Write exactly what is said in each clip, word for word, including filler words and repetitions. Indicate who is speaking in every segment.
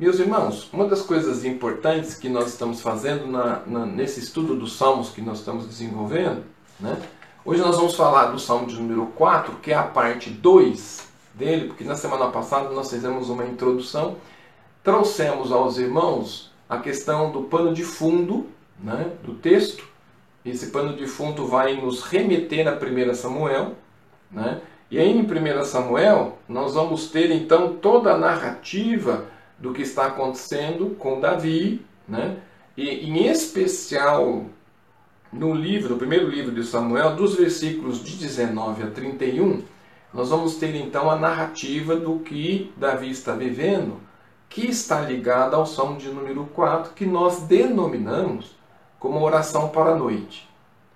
Speaker 1: Meus irmãos, uma das coisas importantes que nós estamos fazendo na, na, nesse estudo dos Salmos que nós estamos desenvolvendo, né? Hoje nós vamos falar do Salmo de número quatro, que é a parte dois dele, porque na semana passada nós fizemos uma introdução, trouxemos aos irmãos a questão do pano de fundo, né, do texto. Esse pano de fundo vai nos remeter a primeiro Samuel, né? E aí em primeiro Samuel nós vamos ter então toda a narrativa do que está acontecendo com Davi, né? E em especial no livro, no primeiro livro de Samuel, dos versículos de dezenove a trinta e um, nós vamos ter então a narrativa do que Davi está vivendo, que está ligada ao Salmo de número quatro, que nós denominamos como oração para a noite.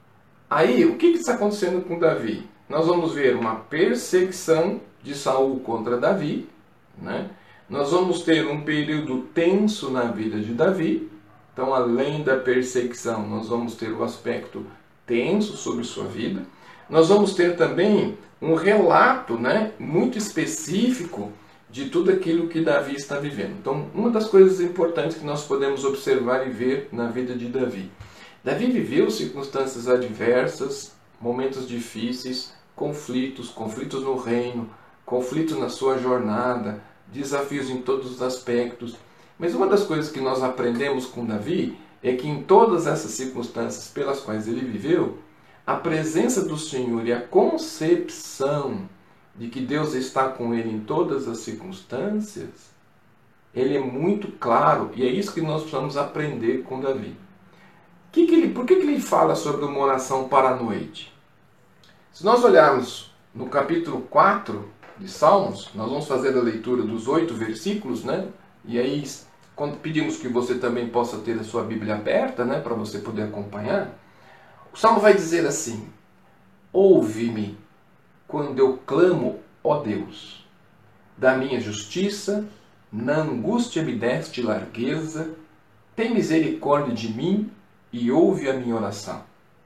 Speaker 1: Aí, o que está acontecendo com Davi? Nós vamos ver uma perseguição de Saul contra Davi, né? Nós vamos ter um período tenso na vida de Davi. Então, além da perseguição, nós vamos ter o aspecto tenso sobre sua vida. Nós vamos ter também um relato, né, muito específico de tudo aquilo que Davi está vivendo. Então, uma das coisas importantes que nós podemos observar e ver na vida de Davi. Davi viveu circunstâncias adversas, momentos difíceis, conflitos, conflitos no reino, conflitos na sua jornada, desafios em todos os aspectos. Mas uma das coisas que nós aprendemos com Davi é que em todas essas circunstâncias pelas quais ele viveu, a presença do Senhor e a concepção de que Deus está com ele em todas as circunstâncias, ele é muito claro, e é isso que nós precisamos aprender com Davi. Que que ele, por que, que ele fala sobre uma oração para a noite? Se nós olharmos no capítulo quatro de Salmos, nós vamos fazer a leitura dos oito versículos, né? E aí, quando pedimos que você também possa ter a sua Bíblia aberta, né, para você poder acompanhar, o Salmo vai dizer assim: ouve-me quando eu clamo, ó Deus, da minha justiça, na angústia me deste largueza, tem misericórdia de mim e ouve a minha oração.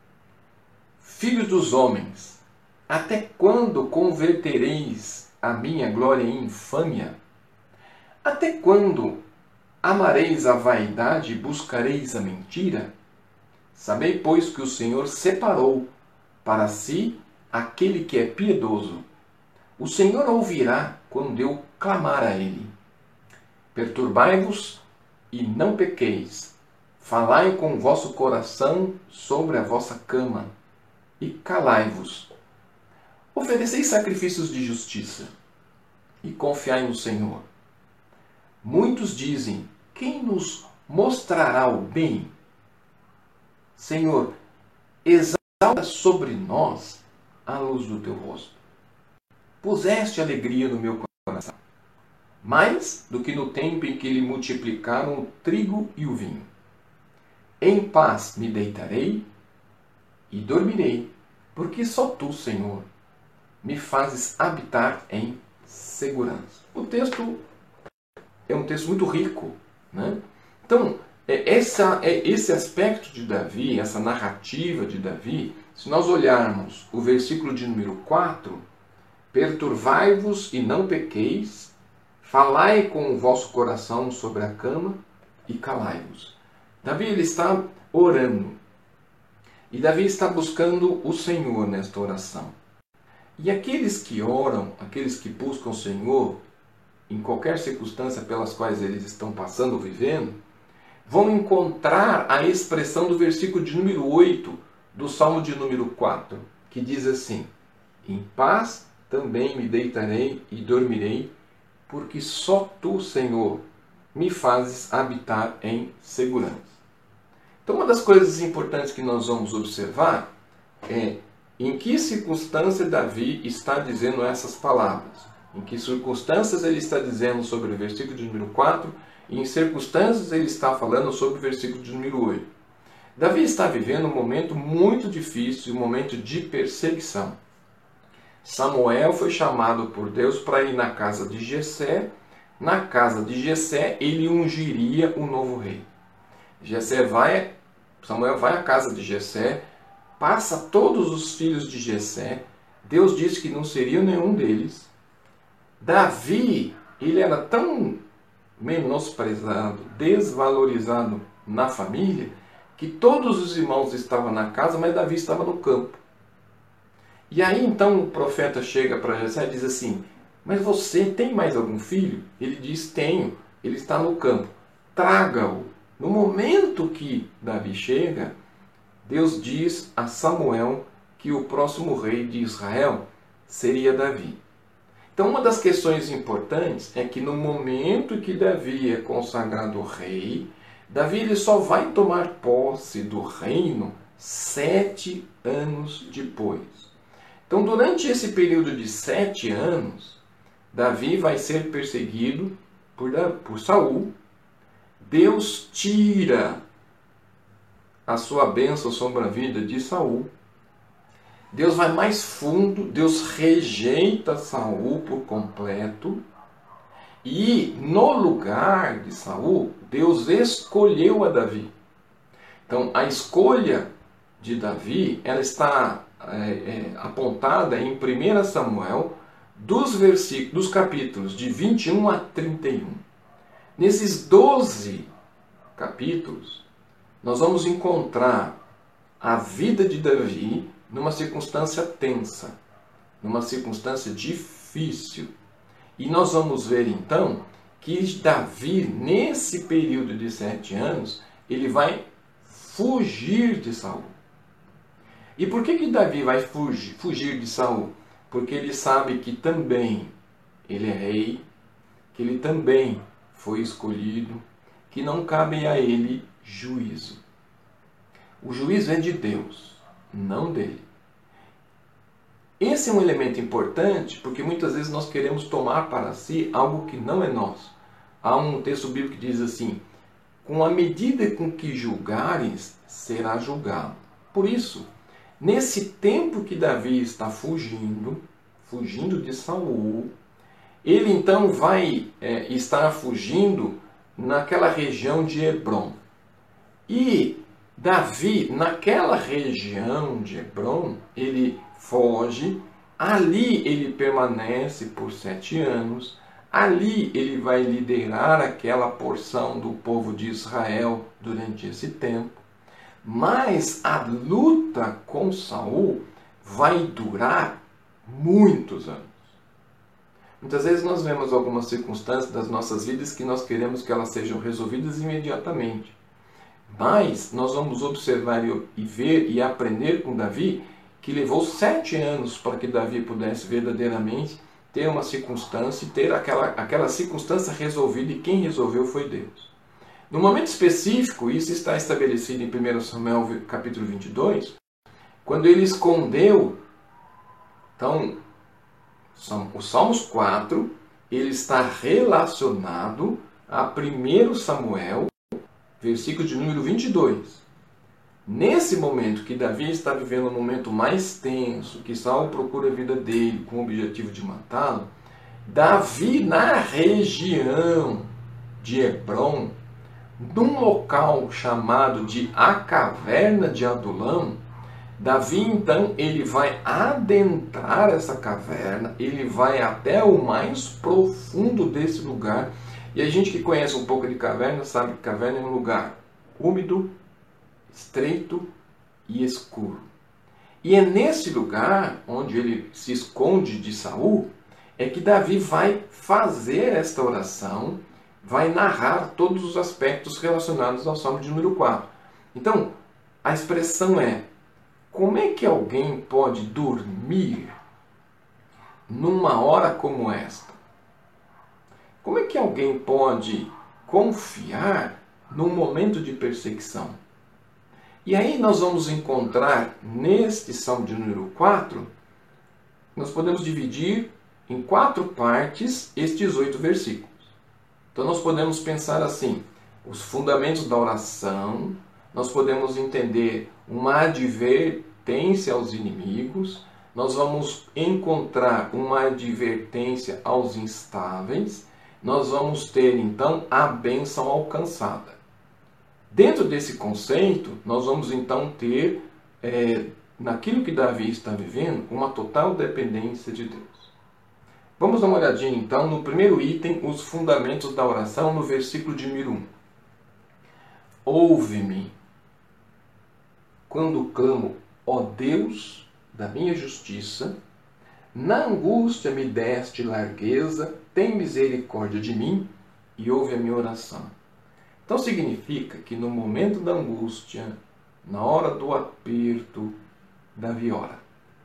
Speaker 1: Filhos dos homens, até quando convertereis a minha glória em infâmia? Até quando amareis a vaidade e buscareis a mentira? Sabei, pois, que o Senhor separou para si aquele que é piedoso. O Senhor ouvirá quando eu clamar a ele. Perturbai-vos e não pequeis. Falai com o vosso coração sobre a vossa cama e calai-vos. Ofereceis sacrifícios de justiça e confiai no Senhor. Muitos dizem: quem nos mostrará o bem? Senhor, exalta sobre nós a luz do teu rosto. Puseste alegria no meu coração, mais do que no tempo em que lhe multiplicaram o trigo e o vinho. Em paz me deitarei e dormirei, porque só tu, Senhor, me fazes habitar em segurança. O texto é um texto muito rico, né? Então, é, essa, é esse aspecto de Davi, essa narrativa de Davi, se nós olharmos o versículo de número quatro, perturbai-vos e não pequeis, falai com o vosso coração sobre a cama e calai-vos. Davi ele está orando. E Davi está buscando o Senhor nesta oração. E aqueles que oram, aqueles que buscam o Senhor, em qualquer circunstância pelas quais eles estão passando ou vivendo, vão encontrar a expressão do versículo de número oito do Salmo de número quatro, que diz assim: em paz também me deitarei e dormirei, porque só tu, Senhor, me fazes habitar em segurança. Então, uma das coisas importantes que nós vamos observar é em que circunstância Davi está dizendo essas palavras. Em que circunstâncias ele está dizendo sobre o versículo de número quatro e em circunstâncias ele está falando sobre o versículo de número oito. Davi está vivendo um momento muito difícil, um momento de perseguição. Samuel foi chamado por Deus para ir na casa de Jessé. Na casa de Jessé ele ungiria o novo rei. Jessé vai, Samuel vai à casa de Jessé, passa todos os filhos de Jessé. Deus disse que não seria nenhum deles. Davi, ele era tão menosprezado, desvalorizado na família, que todos os irmãos estavam na casa, mas Davi estava no campo. E aí então o profeta chega para Jessé e diz assim: mas você tem mais algum filho? Ele diz: tenho, ele está no campo, traga-o. No momento que Davi chega, Deus diz a Samuel que o próximo rei de Israel seria Davi. Então, uma das questões importantes é que no momento que Davi é consagrado rei, Davi ele só vai tomar posse do reino sete anos depois. Então, durante esse período de sete anos, Davi vai ser perseguido por, por Saul. Deus tira a sua bênção sobre a vida de Saul. Deus vai mais fundo, Deus rejeita Saul por completo. E no lugar de Saul, Deus escolheu a Davi. Então, a escolha de Davi, ela está é, é, apontada em primeiro Samuel, dos versículos, dos capítulos de vinte e um a trinta e um. Nesses doze capítulos, nós vamos encontrar a vida de Davi numa circunstância tensa, numa circunstância difícil. E nós vamos ver então que Davi, nesse período de sete anos, ele vai fugir de Saul. E por que que Davi vai fugir, fugir de Saul? Porque ele sabe que também ele é rei, que ele também foi escolhido, que não cabe a ele juízo. O juízo é de Deus, não dele. Esse é um elemento importante porque muitas vezes nós queremos tomar para si algo que não é nosso. Há um texto bíblico que diz assim: com a medida com que julgares, será julgado. Por isso, nesse tempo que Davi está fugindo, fugindo de Saul, ele então vai é, estar fugindo naquela região de Hebrom. E Davi, naquela região de Hebrom, ele foge, ali ele permanece por sete anos, ali ele vai liderar aquela porção do povo de Israel durante esse tempo. Mas a luta com Saul vai durar muitos anos. Muitas vezes nós vemos algumas circunstâncias das nossas vidas que nós queremos que elas sejam resolvidas imediatamente. Mas nós vamos observar e ver e aprender com Davi que levou sete anos para que Davi pudesse verdadeiramente ter uma circunstância e ter aquela, aquela circunstância resolvida, e quem resolveu foi Deus. No momento específico, isso está estabelecido em primeiro Samuel capítulo vinte e dois, quando ele escondeu. Então, o Salmos quatro, ele está relacionado a primeiro Samuel, versículo de número vinte e dois. Nesse momento que Davi está vivendo um momento mais tenso, que Saul procura a vida dele com o objetivo de matá-lo, Davi, na região de Hebrom, num local chamado de a Caverna de Adulão, Davi então ele vai adentrar essa caverna, ele vai até o mais profundo desse lugar. E a gente que conhece um pouco de caverna sabe que caverna é um lugar úmido, estreito e escuro. E é nesse lugar onde ele se esconde de Saul é que Davi vai fazer esta oração, vai narrar todos os aspectos relacionados ao Salmo de número quatro. Então, a expressão é: como é que alguém pode dormir numa hora como esta? Como é que alguém pode confiar num momento de perseguição? E aí nós vamos encontrar neste Salmo de número quatro, nós podemos dividir em quatro partes estes oito versículos. Então nós podemos pensar assim: os fundamentos da oração, nós podemos entender uma advertência aos inimigos, nós vamos encontrar uma advertência aos instáveis, nós vamos ter então a bênção alcançada. Dentro desse conceito, nós vamos então ter, é, naquilo que Davi está vivendo, uma total dependência de Deus. Vamos dar uma olhadinha então no primeiro item, os fundamentos da oração, no versículo de número um. Ouve-me quando clamo, ó Deus da minha justiça, na angústia me deste largueza, tem misericórdia de mim e ouve a minha oração. Então significa que no momento da angústia, na hora do aperto, Davi ora.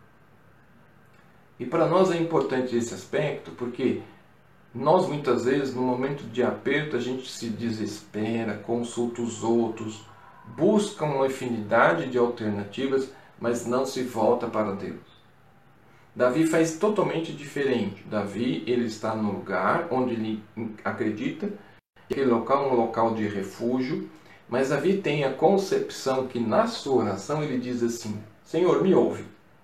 Speaker 1: E para nós é importante esse aspecto, porque nós muitas vezes, no momento de aperto, a gente se desespera, consulta os outros, busca uma infinidade de alternativas, mas não se volta para Deus. Davi faz totalmente diferente. Davi, ele está no lugar onde ele acredita que aquele local é um local de refúgio, mas Davi tem a concepção que na sua oração ele diz assim, Senhor, me ouve.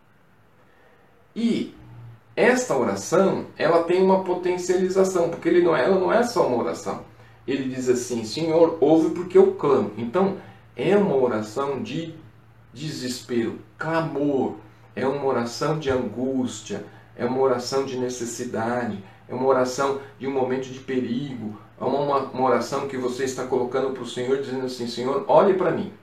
Speaker 1: E esta oração, ela tem uma potencialização, porque ele não é, ela não é só uma oração. Ele diz assim, Senhor, ouve porque eu clamo. Então, é uma oração de desespero, clamor, é uma oração de angústia, é uma oração de necessidade, é uma oração de um momento de perigo, é uma, uma oração que você está colocando para o Senhor, dizendo assim, Senhor, olhe para mim.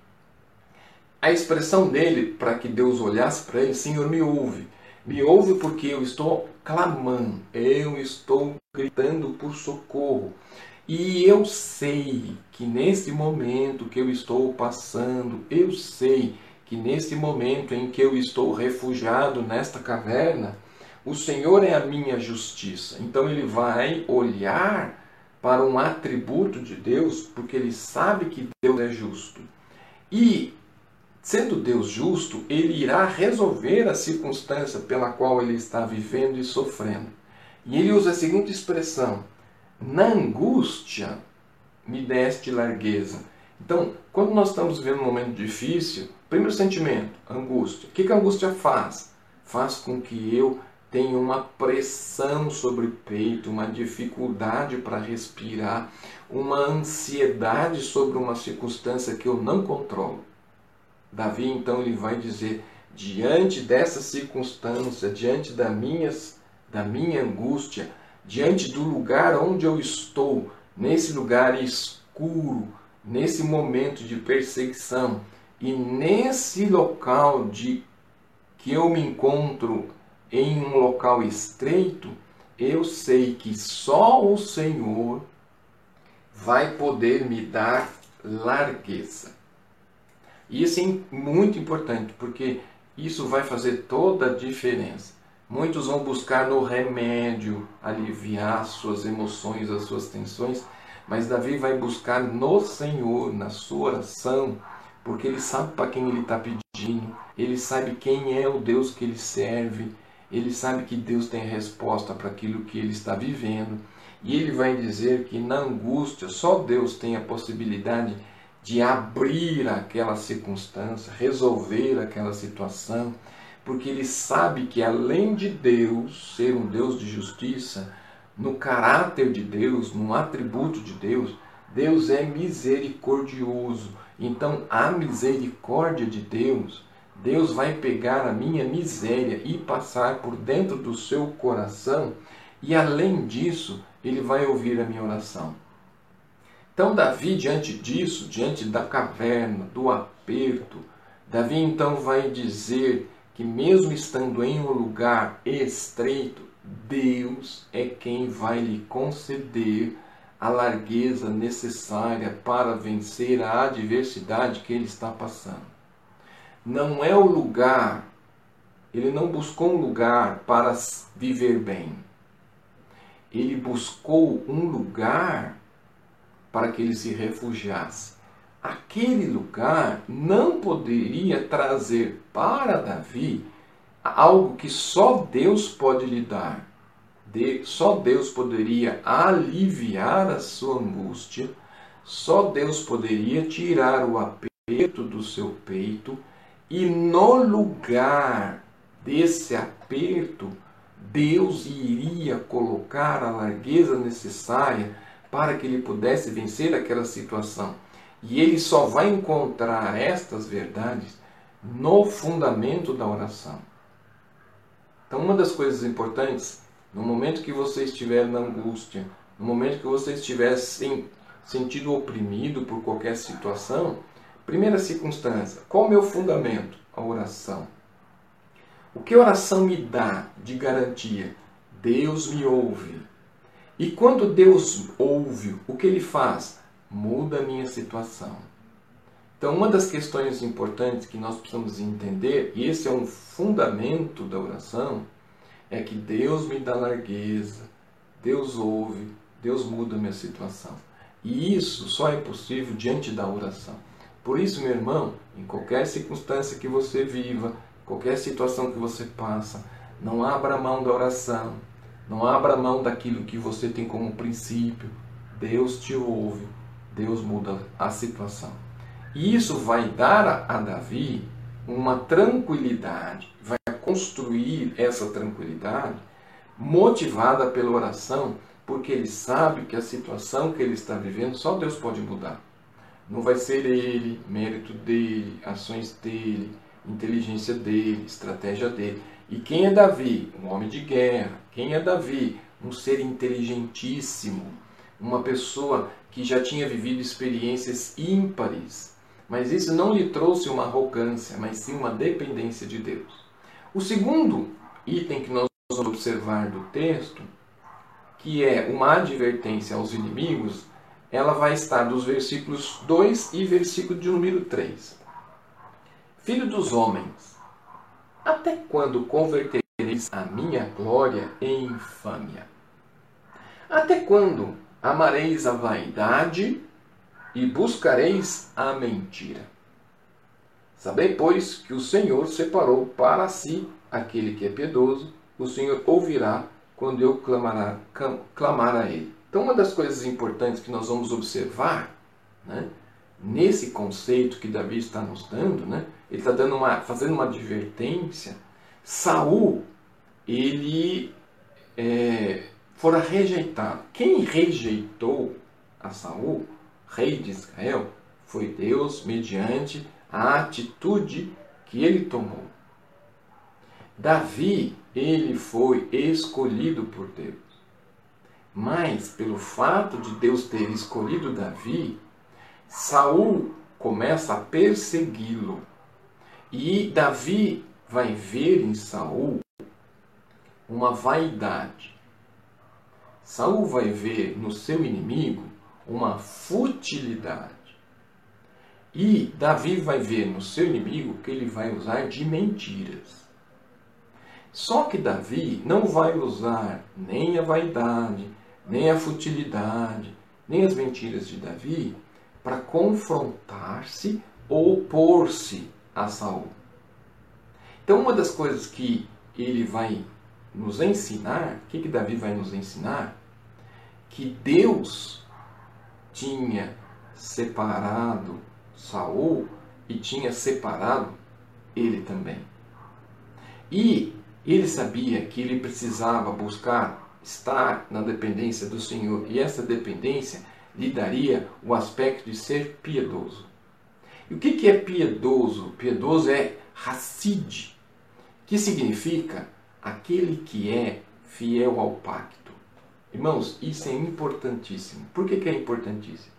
Speaker 1: A expressão dele, para que Deus olhasse para ele, Senhor, me ouve. Me ouve porque eu estou clamando, eu estou gritando por socorro. E eu sei que nesse momento que eu estou passando, eu sei que nesse momento em que eu estou refugiado nesta caverna, o Senhor é a minha justiça. Então ele vai olhar para um atributo de Deus, porque ele sabe que Deus é justo. E, sendo Deus justo, ele irá resolver a circunstância pela qual ele está vivendo e sofrendo. E ele usa a seguinte expressão, na angústia me deste largueza. Então, quando nós estamos vivendo um momento difícil, primeiro sentimento, angústia. O que que a angústia faz? Faz com que eu tenha uma pressão sobre o peito, uma dificuldade para respirar, uma ansiedade sobre uma circunstância que eu não controlo. Davi, então, ele vai dizer, diante dessa circunstância, diante da, minhas, da minha angústia, diante do lugar onde eu estou, nesse lugar escuro, nesse momento de perseguição, e nesse local de que eu me encontro em um local estreito, eu sei que só o Senhor vai poder me dar largueza. E isso é muito importante, porque isso vai fazer toda a diferença. Muitos vão buscar no remédio aliviar suas emoções, as suas tensões, mas Davi vai buscar no Senhor, na sua oração, porque ele sabe para quem ele está pedindo, ele sabe quem é o Deus que ele serve, ele sabe que Deus tem resposta para aquilo que ele está vivendo, e ele vai dizer que na angústia só Deus tem a possibilidade de abrir aquela circunstância, resolver aquela situação, porque ele sabe que além de Deus ser um Deus de justiça, no caráter de Deus, no atributo de Deus, Deus é misericordioso. Então, a misericórdia de Deus, Deus vai pegar a minha miséria e passar por dentro do seu coração, e além disso, ele vai ouvir a minha oração. Então, Davi, diante disso, diante da caverna, do aperto, Davi então vai dizer que mesmo estando em um lugar estreito, Deus é quem vai lhe conceder a largueza necessária para vencer a adversidade que ele está passando. Não é o lugar, ele não buscou um lugar para viver bem. Ele buscou um lugar para que ele se refugiasse. Aquele lugar não poderia trazer para Davi algo que só Deus pode lhe dar. De, só Deus poderia aliviar a sua angústia, só Deus poderia tirar o aperto do seu peito, e no lugar desse aperto, Deus iria colocar a largueza necessária para que ele pudesse vencer aquela situação. E ele só vai encontrar estas verdades no fundamento da oração. Então, uma das coisas importantes no momento que você estiver na angústia, no momento que você estiver sem, sentido oprimido por qualquer situação, primeira circunstância, qual o meu fundamento? A oração. O que a oração me dá de garantia? Deus me ouve. E quando Deus ouve, o que Ele faz? Muda a minha situação. Então, uma das questões importantes que nós precisamos entender, e esse é um fundamento da oração, é que Deus me dá largueza, Deus ouve, Deus muda a minha situação. E isso só é possível diante da oração. Por isso, meu irmão, em qualquer circunstância que você viva, qualquer situação que você passa, não abra mão da oração, não abra mão daquilo que você tem como princípio. Deus te ouve, Deus muda a situação. E isso vai dar a Davi uma tranquilidade, vai construir essa tranquilidade motivada pela oração, porque ele sabe que a situação que ele está vivendo só Deus pode mudar. Não vai ser ele, mérito dele, ações dele, inteligência dele, estratégia dele. E quem é Davi? Um homem de guerra. Quem é Davi? Um ser inteligentíssimo, uma pessoa que já tinha vivido experiências ímpares. Mas isso não lhe trouxe uma arrogância, mas sim uma dependência de Deus. O segundo item que nós vamos observar do texto, que é uma advertência aos inimigos, ela vai estar dos versículos dois e versículo de número três. Filho dos homens, até quando convertereis a minha glória em infâmia? Até quando amareis a vaidade e buscareis a mentira? Sabei, pois, que o Senhor separou para si aquele que é piedoso, o Senhor ouvirá quando eu clamar, clamar a Ele. Então, uma das coisas importantes que nós vamos observar, né, nesse conceito que Davi está nos dando, né, ele está dando uma, fazendo uma advertência. Saul, ele é, fora rejeitado. Quem rejeitou a Saul, rei de Israel, foi Deus mediante a atitude que ele tomou. Davi, ele foi escolhido por Deus. Mas, pelo fato de Deus ter escolhido Davi, Saul começa a persegui-lo. E Davi vai ver em Saul uma vaidade. Saul vai ver no seu inimigo uma futilidade. E Davi vai ver no seu inimigo que ele vai usar de mentiras. Só que Davi não vai usar nem a vaidade, nem a futilidade, nem as mentiras de Davi para confrontar-se ou opor-se a Saul. Então, uma das coisas que ele vai nos ensinar, o que, que Davi vai nos ensinar? Que Deus tinha separado Saul e tinha separado ele também. E ele sabia que ele precisava buscar estar na dependência do Senhor, e essa dependência lhe daria o aspecto de ser piedoso. E o que é piedoso? Piedoso é hassid, que significa aquele que é fiel ao pacto. Irmãos, isso é importantíssimo. Por que é importantíssimo?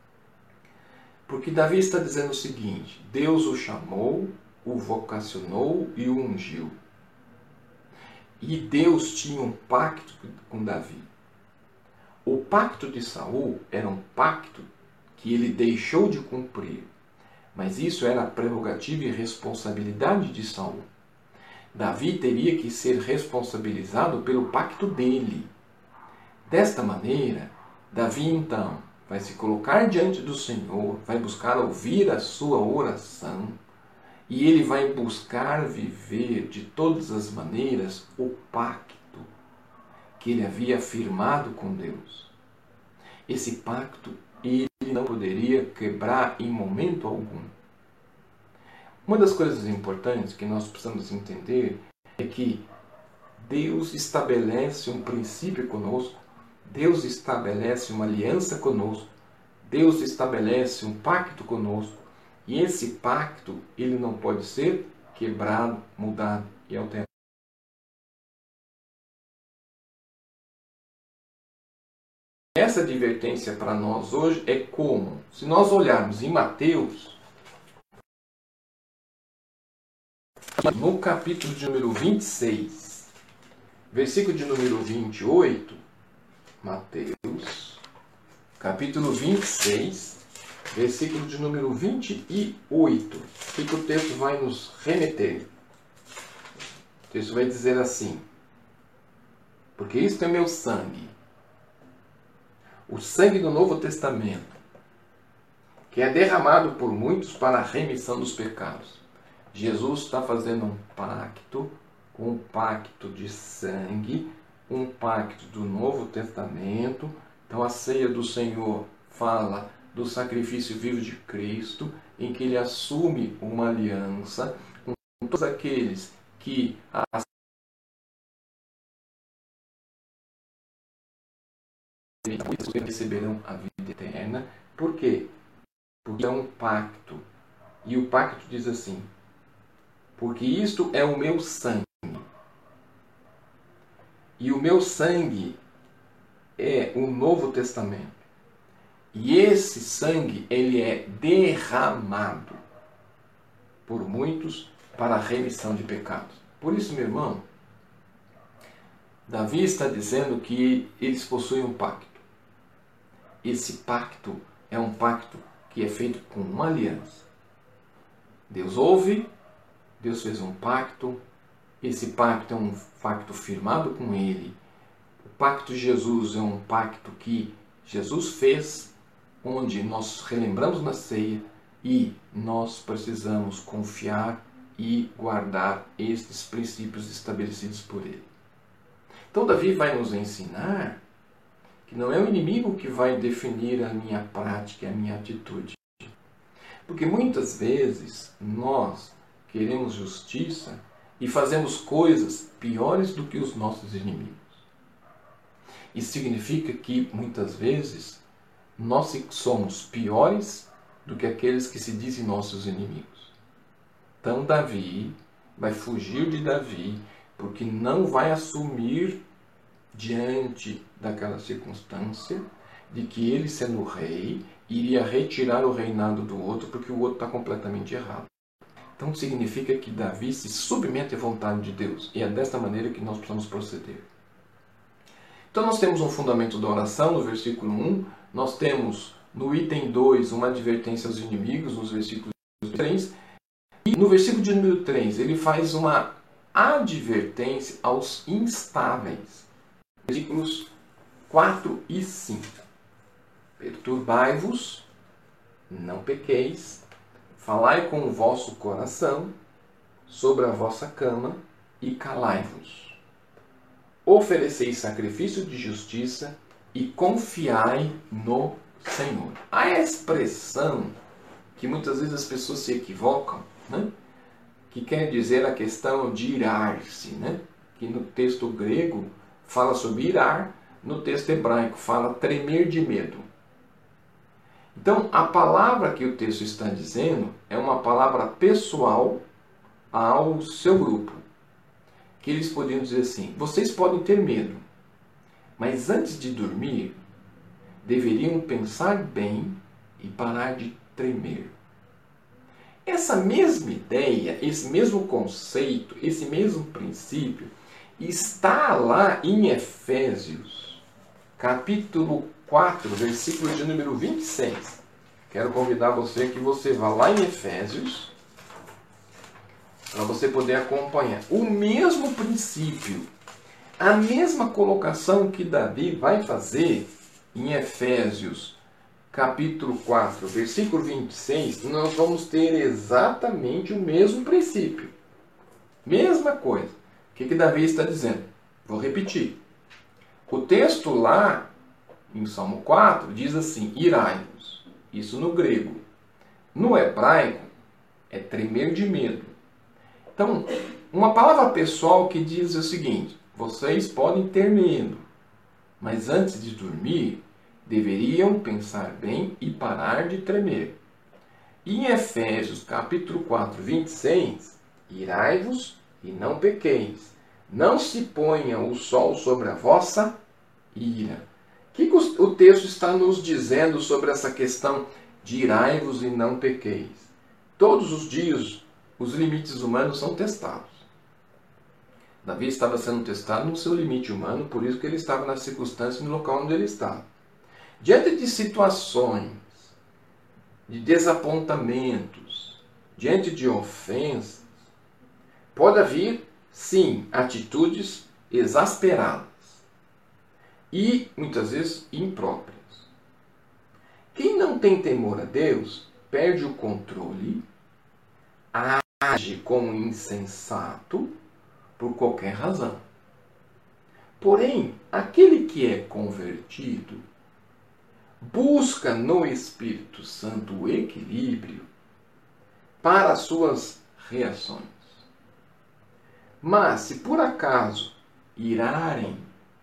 Speaker 1: Porque Davi está dizendo o seguinte: Deus o chamou, o vocacionou e o ungiu. E Deus tinha um pacto com Davi. O pacto de Saul era um pacto que ele deixou de cumprir. Mas isso era a prerrogativa e responsabilidade de Saul. Davi teria que ser responsabilizado pelo pacto dele. Desta maneira, Davi então vai se colocar diante do Senhor, vai buscar ouvir a sua oração, e ele vai buscar viver de todas as maneiras o pacto que ele havia firmado com Deus. Esse pacto ele não poderia quebrar em momento algum. Uma das coisas importantes que nós precisamos entender é que Deus estabelece um princípio conosco, Deus estabelece uma aliança conosco, Deus estabelece um pacto conosco, e esse pacto ele não pode ser quebrado, mudado e alterado. essa advertência para nós hoje é como? Se nós olharmos em Mateus, no capítulo de número vinte e seis, versículo de número vinte e oito, Mateus, capítulo vinte e seis, versículo de número vinte e oito, o que, que o texto vai nos remeter? O texto vai dizer assim: porque isto é meu sangue, o sangue do Novo Testamento, que é derramado por muitos para a remissão dos pecados. Jesus está fazendo um pacto, um pacto de sangue, um pacto do Novo Testamento. Então a ceia do Senhor fala do sacrifício vivo de Cristo, em que ele assume uma aliança com todos aqueles que receberão a vida eterna. Por quê? Porque é um pacto. E o pacto diz assim: porque isto é o meu sangue. E o meu sangue é o Novo Testamento. E esse sangue, ele é derramado por muitos para a remissão de pecados. Por isso, meu irmão, Davi está dizendo que eles possuem um pacto. Esse pacto é um pacto que é feito com uma aliança. Deus ouve, Deus fez um pacto, esse pacto é um pacto firmado com Ele. O pacto de Jesus é um pacto que Jesus fez, onde nós relembramos na ceia e nós precisamos confiar e guardar estes princípios estabelecidos por Ele. Então Davi vai nos ensinar que não é o inimigo que vai definir a minha prática, a minha atitude. Porque muitas vezes nós queremos justiça e fazemos coisas piores do que os nossos inimigos. Isso significa que muitas vezes nós somos piores do que aqueles que se dizem nossos inimigos. Então Davi vai fugir de Davi porque não vai assumir diante daquela circunstância de que ele, sendo rei, iria retirar o reinado do outro porque o outro está completamente errado. Então significa que Davi se submete à vontade de Deus. E é desta maneira que nós precisamos proceder. Então nós temos um fundamento da oração no versículo um. Nós temos no item dois uma advertência aos inimigos, nos versículos três. E no versículo de número três ele faz uma advertência aos instáveis. Versículos quatro e cinco. Perturbai-vos, não pequeis, falai com o vosso coração sobre a vossa cama e calai-vos. Ofereceis sacrifício de justiça e confiai no Senhor. Há a expressão que muitas vezes as pessoas se equivocam, né? Que quer dizer a questão de irar-se, né? Que no texto grego fala sobre irar, no texto hebraico fala tremer de medo. Então, a palavra que o texto está dizendo é uma palavra pessoal ao seu grupo. Que eles podiam dizer assim: vocês podem ter medo, mas antes de dormir, deveriam pensar bem e parar de tremer. Essa mesma ideia, esse mesmo conceito, esse mesmo princípio está lá em Efésios, capítulo quatro, versículo de número vinte e seis. Quero convidar você que você vá lá em Efésios, para você poder acompanhar o mesmo princípio, a mesma colocação que Davi vai fazer em Efésios, capítulo quatro, versículo vinte e seis. Nós vamos ter exatamente o mesmo princípio, mesma coisa. O que, que Davi está dizendo? Vou repetir. O texto lá, em Salmo quatro, diz assim: irai-vos. Isso no grego. No hebraico, é tremer de medo. Então, uma palavra pessoal que diz o seguinte: vocês podem ter medo, mas antes de dormir, deveriam pensar bem e parar de tremer. E em Efésios, capítulo quatro, vinte e seis, irai-vos e não pequeis. Não se ponha o sol sobre a vossa ira. O que o texto está nos dizendo sobre essa questão de irai-vos e não pequeis? Todos os dias os limites humanos são testados. Davi estava sendo testado no seu limite humano, por isso que ele estava na circunstância e no local onde ele estava. Diante de situações, de desapontamentos, diante de ofensas, pode haver, sim, atitudes exasperadas e, muitas vezes, impróprias. Quem não tem temor a Deus perde o controle, age como insensato por qualquer razão. Porém, aquele que é convertido busca no Espírito Santo o equilíbrio para as suas reações. Mas, se por acaso irarem,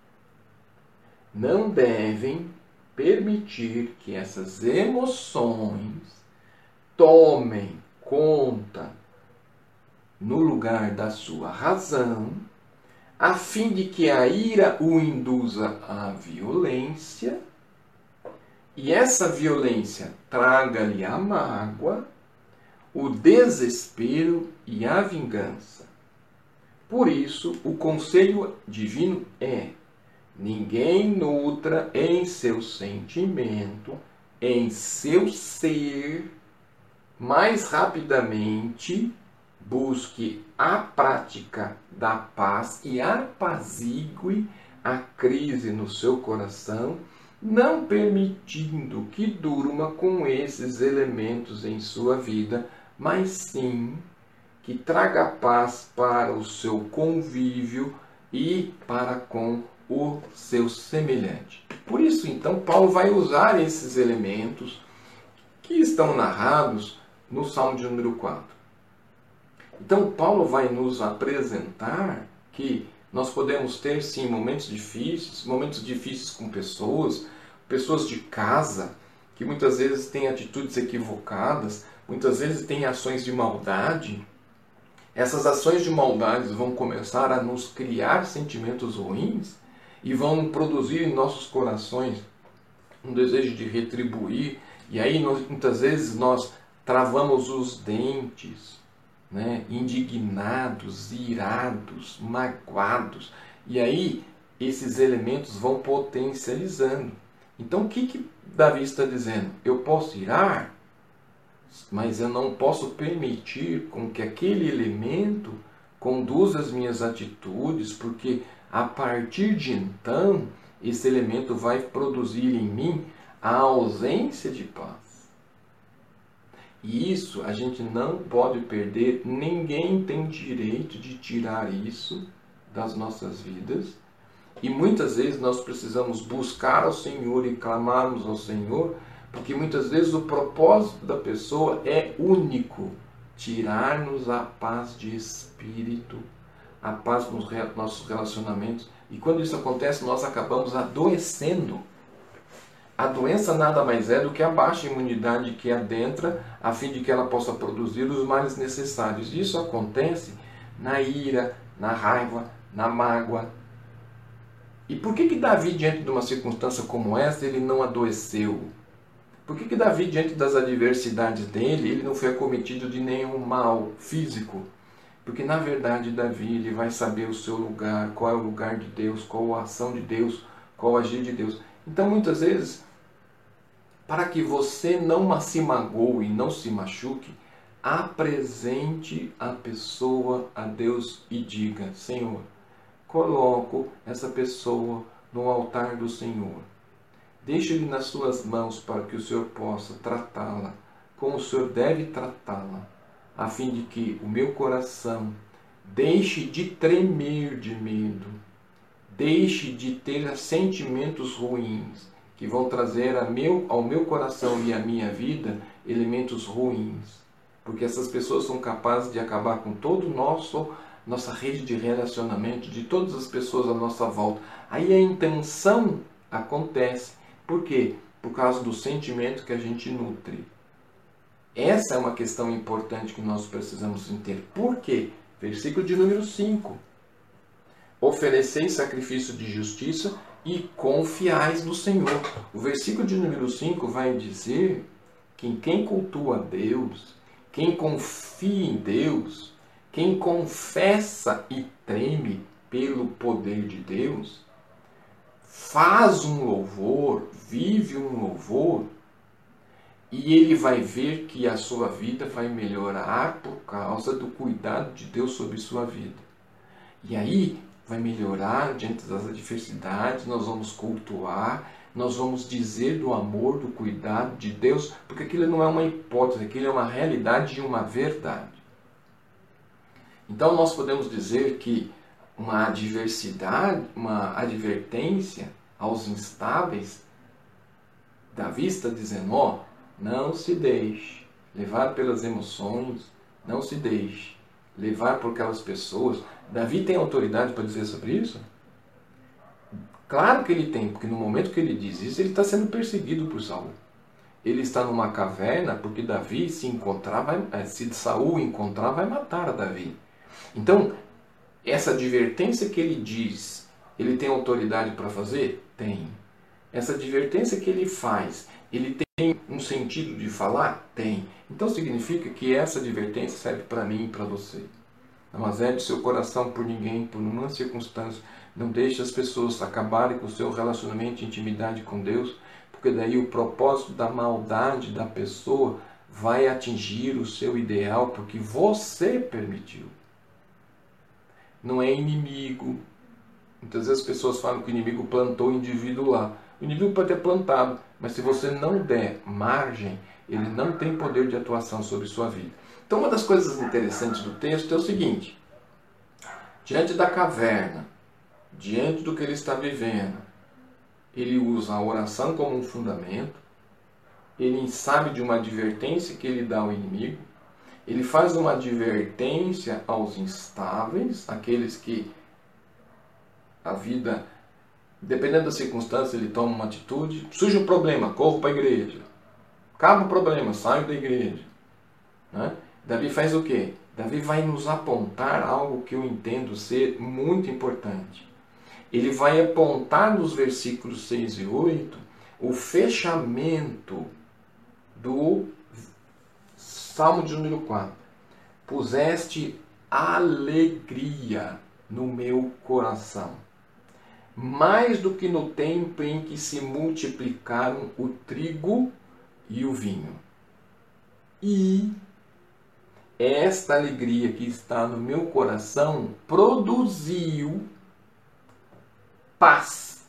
Speaker 1: não devem permitir que essas emoções tomem conta no lugar da sua razão, a fim de que a ira o induza à violência, e essa violência traga-lhe a mágoa, o desespero e a vingança. Por isso, o conselho divino é: ninguém nutra em seu sentimento, em seu ser, mais rapidamente busque a prática da paz e apazigue a crise no seu coração, não permitindo que durma com esses elementos em sua vida, mas sim que traga paz para o seu convívio e para com o seu semelhante. Por isso, então, Paulo vai usar esses elementos que estão narrados no Salmo de número quatro. Então, Paulo vai nos apresentar que nós podemos ter, sim, momentos difíceis, momentos difíceis com pessoas, pessoas de casa, que muitas vezes têm atitudes equivocadas, muitas vezes têm ações de maldade. Essas ações de maldade vão começar a nos criar sentimentos ruins e vão produzir em nossos corações um desejo de retribuir. E aí, nós, muitas vezes, nós travamos os dentes, né, indignados, irados, magoados. E aí, esses elementos vão potencializando. Então, o que, que Davi está dizendo? Eu posso irar, mas eu não posso permitir com que aquele elemento conduza as minhas atitudes, porque a partir de então, esse elemento vai produzir em mim a ausência de paz. E isso a gente não pode perder, ninguém tem direito de tirar isso das nossas vidas. E muitas vezes nós precisamos buscar ao Senhor e clamarmos ao Senhor, porque muitas vezes o propósito da pessoa é único: tirar-nos a paz de espírito, a paz nos nossos relacionamentos. E quando isso acontece, nós acabamos adoecendo. A doença nada mais é do que a baixa imunidade que adentra, a fim de que ela possa produzir os males necessários. Isso acontece na ira, na raiva, na mágoa. E por que que Davi, diante de uma circunstância como essa, ele não adoeceu? Por que que Davi, diante das adversidades dele, ele não foi acometido de nenhum mal físico? Porque, na verdade, Davi ele vai saber o seu lugar, qual é o lugar de Deus, qual a ação de Deus, qual o agir de Deus. Então, muitas vezes, para que você não se magoe e não se machuque, apresente a pessoa a Deus e diga: Senhor, coloco essa pessoa no altar do Senhor. Deixe-lhe nas suas mãos para que o Senhor possa tratá-la como o Senhor deve tratá-la, a fim de que o meu coração deixe de tremer de medo, deixe de ter sentimentos ruins, que vão trazer a meu, ao meu coração e à minha vida elementos ruins. Porque essas pessoas são capazes de acabar com todo o nosso nossa rede de relacionamento, de todas as pessoas à nossa volta. Aí a intenção acontece. Por quê? Por causa do sentimento que a gente nutre. Essa é uma questão importante que nós precisamos entender. Por quê? Versículo de número cinco. ofereceis sacrifício de justiça e confiais no Senhor. O versículo de número cinco vai dizer que quem cultua a Deus, quem confia em Deus, quem confessa e treme pelo poder de Deus, faz um louvor, vive um louvor, e ele vai ver que a sua vida vai melhorar por causa do cuidado de Deus sobre sua vida. E aí vai melhorar diante das adversidades, nós vamos cultuar, nós vamos dizer do amor, do cuidado de Deus, porque aquilo não é uma hipótese, aquilo é uma realidade e uma verdade. Então nós podemos dizer que uma adversidade, uma advertência aos instáveis, Davi está dizendo, ó, não se deixe levar pelas emoções, não se deixe levar por aquelas pessoas. Davi tem autoridade para dizer sobre isso? Claro que ele tem, porque no momento que ele diz isso, ele está sendo perseguido por Saul. Ele está numa caverna porque Davi, se encontrar, vai, se Saul encontrar, vai matar a Davi. Então, essa advertência que ele diz, ele tem autoridade para fazer? Tem. Essa advertência que ele faz, ele tem um sentido de falar? Tem. Então significa que essa advertência serve para mim e para você. Não azede seu coração por ninguém, por nenhuma circunstância. Não deixe as pessoas acabarem com o seu relacionamento de intimidade com Deus, porque daí o propósito da maldade da pessoa vai atingir o seu ideal, porque você permitiu. Não é inimigo. Muitas vezes as pessoas falam que o inimigo plantou o indivíduo lá. O inimigo pode ter plantado, mas se você não der margem, ele não tem poder de atuação sobre sua vida. Então uma das coisas interessantes do texto é o seguinte: diante da caverna, diante do que ele está vivendo, ele usa a oração como um fundamento, ele sabe de uma advertência que ele dá ao inimigo, ele faz uma advertência aos instáveis, aqueles que a vida, dependendo da circunstância, ele toma uma atitude, surge um problema, corro para a igreja, acaba o problema, saio da igreja. Né? Davi faz o quê? Davi vai nos apontar algo que eu entendo ser muito importante. Ele vai apontar nos versículos seis e oito o fechamento do Salmo de número quatro. Puseste alegria no meu coração, mais do que no tempo em que se multiplicaram o trigo e o vinho. E esta alegria que está no meu coração produziu paz.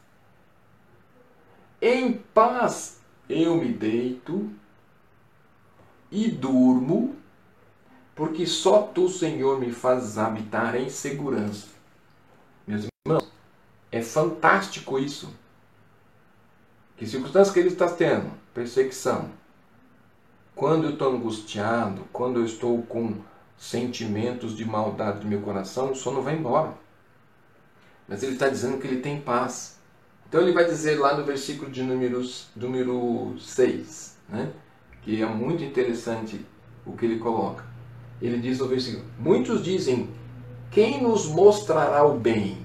Speaker 1: Em paz eu me deito e durmo, porque só tu, Senhor, me fazes habitar em segurança. Meus irmãos, é fantástico isso. Que circunstância que ele está tendo? Perseguição. Quando eu estou angustiado, quando eu estou com sentimentos de maldade no meu coração, o sono vai embora. Mas ele está dizendo que ele tem paz. Então ele vai dizer lá no versículo de números, número seis, né? Que é muito interessante o que ele coloca. Ele diz no versículo: muitos dizem, quem nos mostrará o bem?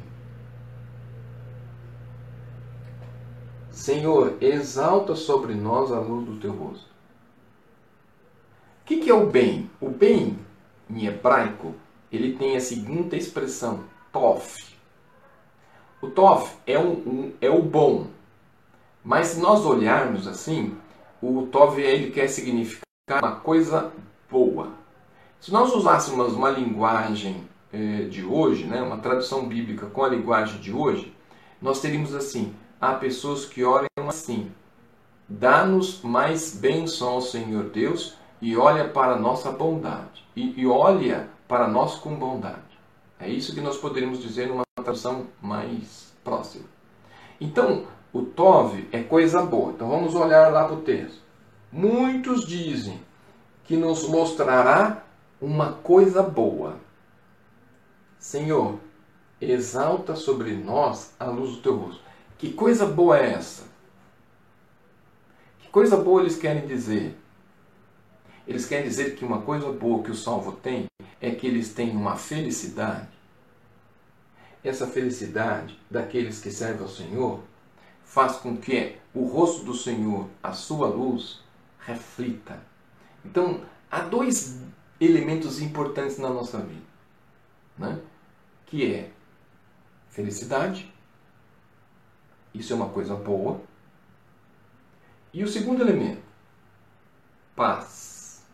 Speaker 1: Senhor, exalta sobre nós a luz do teu rosto. O que, que é o bem? O bem, em hebraico, ele tem a seguinte expressão, tov. O tov é, um, um, é o bom. Mas se nós olharmos assim, o tov ele quer significar uma coisa boa. Se nós usássemos uma linguagem eh, de hoje, né, uma tradução bíblica com a linguagem de hoje, nós teríamos assim: há pessoas que oram assim, dá-nos mais bênção ao Senhor Deus e olha para a nossa bondade, e, e olha para nós com bondade. É isso que nós poderíamos dizer numa tradução mais próxima. Então, o tov é coisa boa. Então vamos olhar lá para o texto. Muitos dizem que nos mostrará uma coisa boa. Senhor, exalta sobre nós a luz do teu rosto. Que coisa boa é essa? Que coisa boa eles querem dizer? Eles querem dizer que uma coisa boa que o salvo tem é que eles têm uma felicidade. essa felicidade daqueles que servem ao Senhor faz com que o rosto do Senhor, a sua luz, reflita. Então, há dois elementos importantes na nossa vida, né? Que é felicidade, isso é uma coisa boa, e o segundo elemento, paz,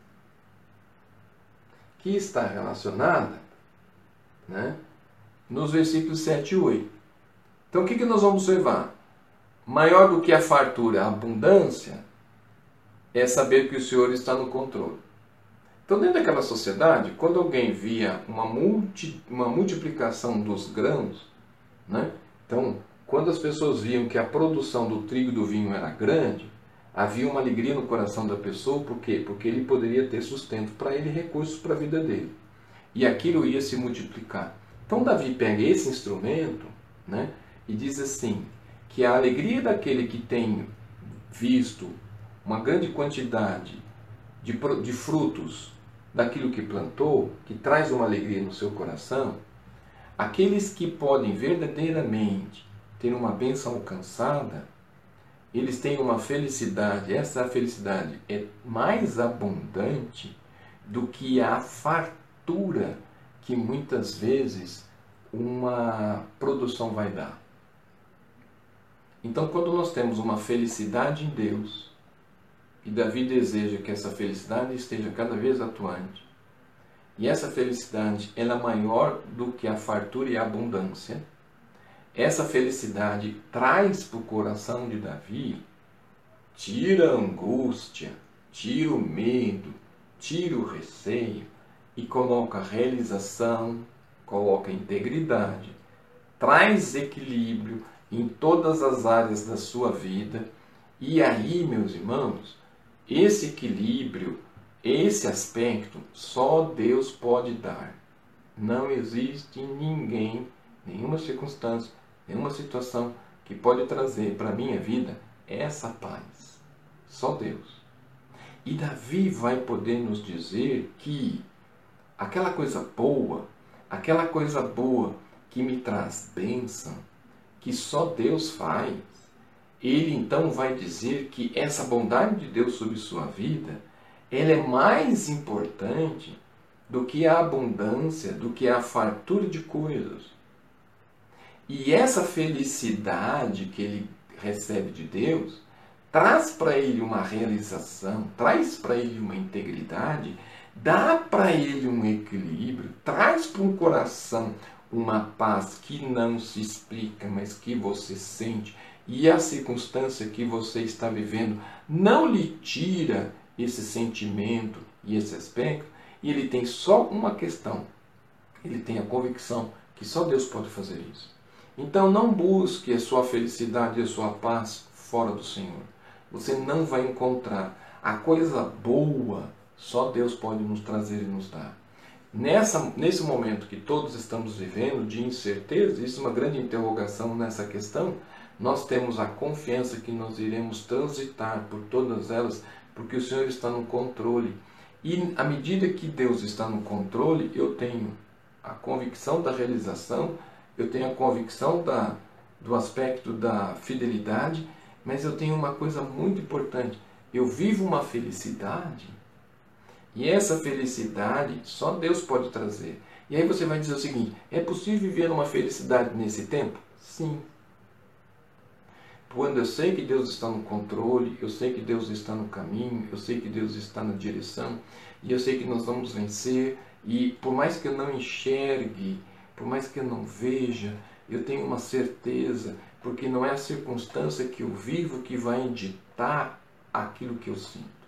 Speaker 1: que está relacionada, né, nos versículos sete e oito. Então, o que, que nós vamos observar? Maior do que a fartura, a abundância, é saber que o Senhor está no controle. Então, dentro daquela sociedade, quando alguém via uma, multi, uma multiplicação dos grãos, né? Então, quando as pessoas viam que a produção do trigo e do vinho era grande, havia uma alegria no coração da pessoa. Por quê? Porque ele poderia ter sustento para ele, recursos para a vida dele. E aquilo ia se multiplicar. Então, Davi pega esse instrumento, né, e diz assim, que a alegria daquele que tem visto uma grande quantidade de, de frutos daquilo que plantou, que traz uma alegria no seu coração, aqueles que podem verdadeiramente ter uma bênção alcançada, eles têm uma felicidade, essa felicidade é mais abundante do que a fartura que muitas vezes uma produção vai dar. Então, quando nós temos uma felicidade em Deus, e Davi deseja que essa felicidade esteja cada vez atuante, e essa felicidade ela é maior do que a fartura e a abundância, essa felicidade traz para o coração de Davi, tira a angústia, tira o medo, tira o receio e coloca realização, coloca integridade, traz equilíbrio em todas as áreas da sua vida. E aí, meus irmãos, esse equilíbrio, esse aspecto, só Deus pode dar. Não existe ninguém, nenhuma circunstância, nenhuma situação que pode trazer para a minha vida essa paz. Só Deus. E Davi vai poder nos dizer que aquela coisa boa, aquela coisa boa que me traz bênção, que só Deus faz, ele então vai dizer que essa bondade de Deus sobre sua vida, ela é mais importante do que a abundância, do que a fartura de coisas. E essa felicidade que ele recebe de Deus, traz para ele uma realização, traz para ele uma integridade, dá para ele um equilíbrio, traz para um coração uma paz que não se explica, mas que você sente. E a circunstância que você está vivendo não lhe tira esse sentimento e esse aspecto. E ele tem só uma questão. Ele tem a convicção que só Deus pode fazer isso. Então não busque a sua felicidade e a sua paz fora do Senhor. Você não vai encontrar. A coisa boa só Deus pode nos trazer e nos dar. Nessa, nesse momento que todos estamos vivendo de incerteza, isso é uma grande interrogação nessa questão, nós temos a confiança que nós iremos transitar por todas elas, porque o Senhor está no controle. E à medida que Deus está no controle, eu tenho a convicção da realização, eu tenho a convicção da, do aspecto da fidelidade, mas eu tenho uma coisa muito importante, eu vivo uma felicidade, e essa felicidade só Deus pode trazer. E aí você vai dizer o seguinte, é possível viver uma felicidade nesse tempo? Sim. Quando eu sei que Deus está no controle, eu sei que Deus está no caminho, eu sei que Deus está na direção, e eu sei que nós vamos vencer, e por mais que eu não enxergue, por mais que eu não veja, eu tenho uma certeza, porque não é a circunstância que eu vivo que vai ditar aquilo que eu sinto.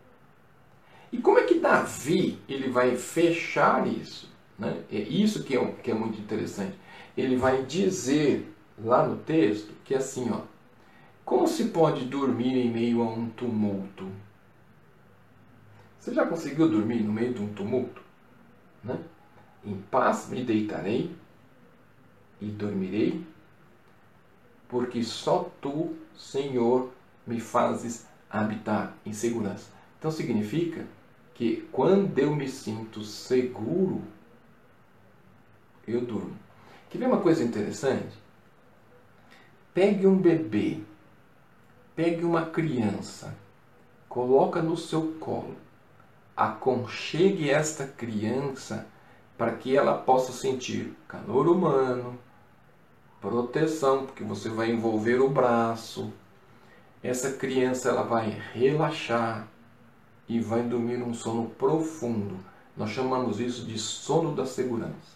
Speaker 1: E como é que Davi ele vai fechar isso? Né? É isso que é, que é muito interessante. Ele vai dizer lá no texto que é assim, ó, como se pode dormir em meio a um tumulto? Você já conseguiu dormir no meio de um tumulto? Né? Em paz me deitarei e dormirei, porque só tu, Senhor, me fazes habitar em segurança. Então significa que quando eu me sinto seguro, eu durmo. Quer ver uma coisa interessante? Pegue um bebê, pegue uma criança, coloca no seu colo, aconchegue esta criança para que ela possa sentir calor humano, proteção, porque você vai envolver o braço. Essa criança ela vai relaxar e vai dormir um sono profundo. Nós chamamos isso de sono da segurança.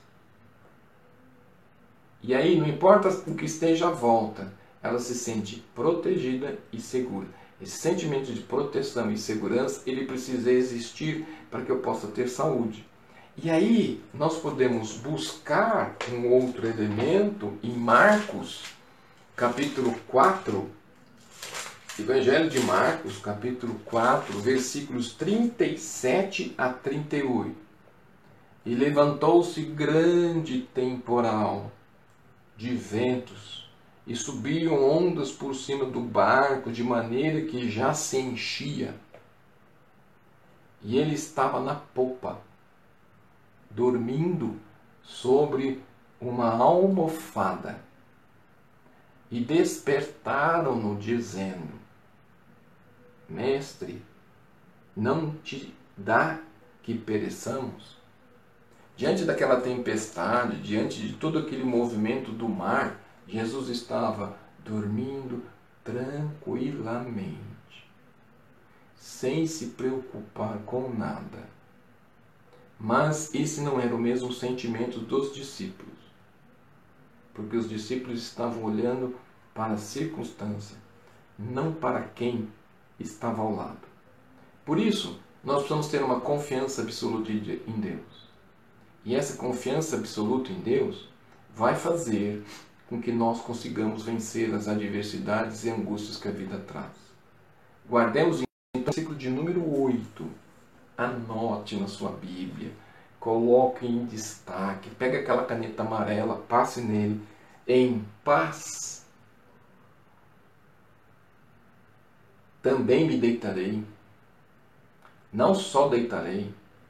Speaker 1: E aí, não importa o que esteja à volta, ela se sente protegida e segura. Esse sentimento de proteção e segurança, ele precisa existir para que eu possa ter saúde. E aí, nós podemos buscar um outro elemento em Marcos, capítulo quatro, Evangelho de Marcos, capítulo quatro, versículos trinta e sete a trinta e oito. E levantou-se grande temporal de ventos, e subiam ondas por cima do barco, de maneira que já se enchia. E ele estava na popa, dormindo sobre uma almofada. E despertaram-no, dizendo: Mestre, não te dá que pereçamos? Diante daquela tempestade, diante de todo aquele movimento do mar, Jesus estava dormindo tranquilamente, sem se preocupar com nada. Mas esse não era o mesmo sentimento dos discípulos, porque os discípulos estavam olhando para a circunstância, não para quem estava ao lado. Por isso, nós precisamos ter uma confiança absoluta em Deus. E essa confiança absoluta em Deus vai fazer com que nós consigamos vencer as adversidades e angústias que a vida traz. Guardemos então o versículo de número oito. Anote na sua Bíblia. Coloque em destaque. Pega aquela caneta amarela, passe nele. Em paz também me deitarei. Não só deitarei,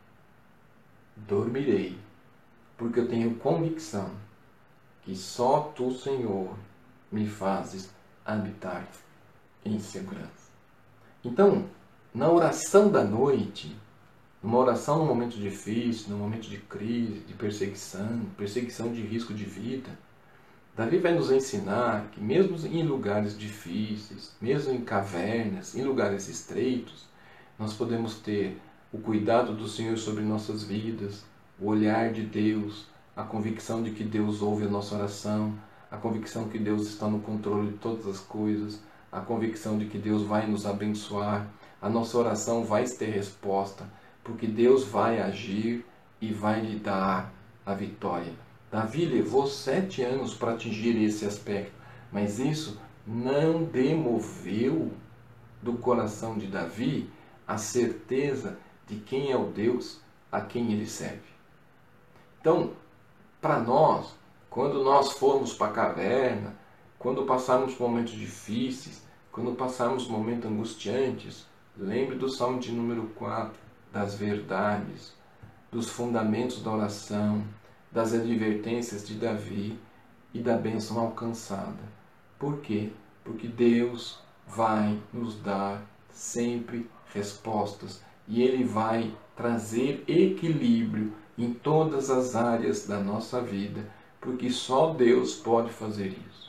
Speaker 1: dormirei. Porque eu tenho convicção que só Tu, Senhor, me fazes habitar em segurança. Então, na oração da noite, numa oração num momento difícil, num momento de crise, de perseguição, perseguição de risco de vida, Davi vai nos ensinar que mesmo em lugares difíceis, mesmo em cavernas, em lugares estreitos, nós podemos ter o cuidado do Senhor sobre nossas vidas, o olhar de Deus, a convicção de que Deus ouve a nossa oração, a convicção que Deus está no controle de todas as coisas, a convicção de que Deus vai nos abençoar, a nossa oração vai ter resposta, porque Deus vai agir e vai lhe dar a vitória. Davi levou sete anos para atingir esse aspecto, mas isso não demoveu do coração de Davi a certeza de quem é o Deus a quem ele serve. Então, para nós, quando nós formos para a caverna, quando passarmos momentos difíceis, quando passarmos momentos angustiantes, lembre do Salmo de número quatro, das verdades, dos fundamentos da oração, das advertências de Davi e da bênção alcançada. Por quê? Porque Deus vai nos dar sempre respostas e Ele vai trazer equilíbrio em todas as áreas da nossa vida, porque só Deus pode fazer isso.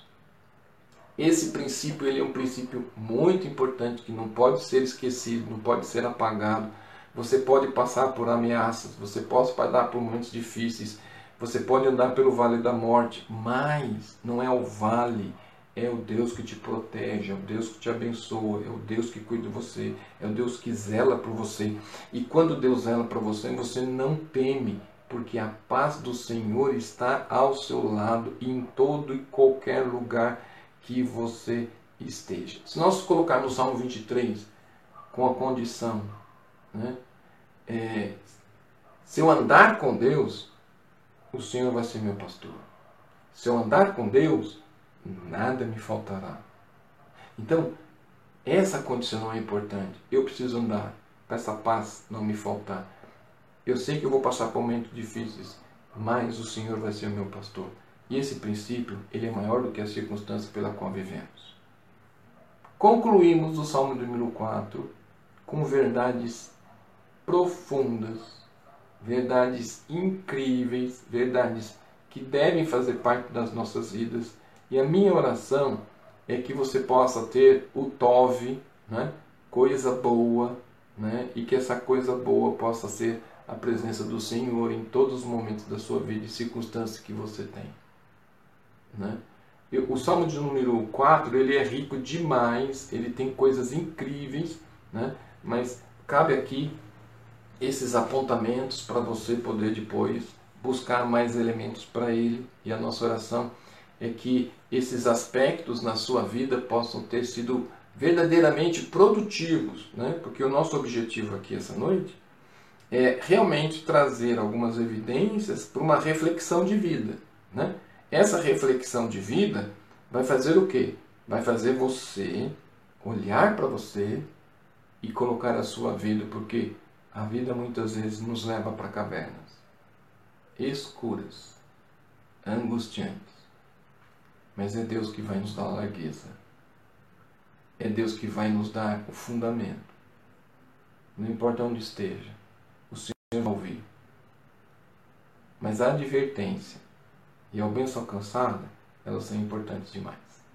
Speaker 1: Esse princípio ele é um princípio muito importante que não pode ser esquecido, não pode ser apagado. Você pode passar por ameaças, você pode passar por momentos difíceis, você pode andar pelo vale da morte, mas não é o vale, é o Deus que te protege, é o Deus que te abençoa, é o Deus que cuida de você, é o Deus que zela por você. E quando Deus zela por você, você não teme, porque a paz do Senhor está ao seu lado em todo e qualquer lugar que você esteja. Se nós colocarmos o Salmo vinte e três com a condição, né, é, se eu andar com Deus, o Senhor vai ser meu pastor. Se eu andar com Deus, nada me faltará. Então, essa condição é importante. Eu preciso andar para essa paz não me faltar. Eu sei que eu vou passar por momentos difíceis, mas o Senhor vai ser meu pastor. E esse princípio, ele é maior do que a circunstância pela qual vivemos. Concluímos o Salmo de número quatro com verdades profundas, verdades incríveis, verdades que devem fazer parte das nossas vidas. E a minha oração é que você possa ter o Tov, né? Coisa boa, né? E que essa coisa boa possa ser a presença do Senhor em todos os momentos da sua vida e circunstâncias que você tem, né? O Salmo de número quatro, ele é rico demais, ele tem coisas incríveis, né? Mas cabe aqui esses apontamentos para você poder depois buscar mais elementos para ele. E a nossa oração é que esses aspectos na sua vida possam ter sido verdadeiramente produtivos, né? Porque o nosso objetivo aqui essa noite é realmente trazer algumas evidências para uma reflexão de vida, né? Essa reflexão de vida vai fazer o quê? Vai fazer você olhar para você e colocar a sua vida, porque a vida muitas vezes nos leva para cavernas escuras, angustiantes. Mas é Deus que vai nos dar a largueza. É Deus que vai nos dar o fundamento. Não importa onde esteja, o Senhor vai ouvir. Mas a advertência e a bênção alcançada, elas são importantes demais.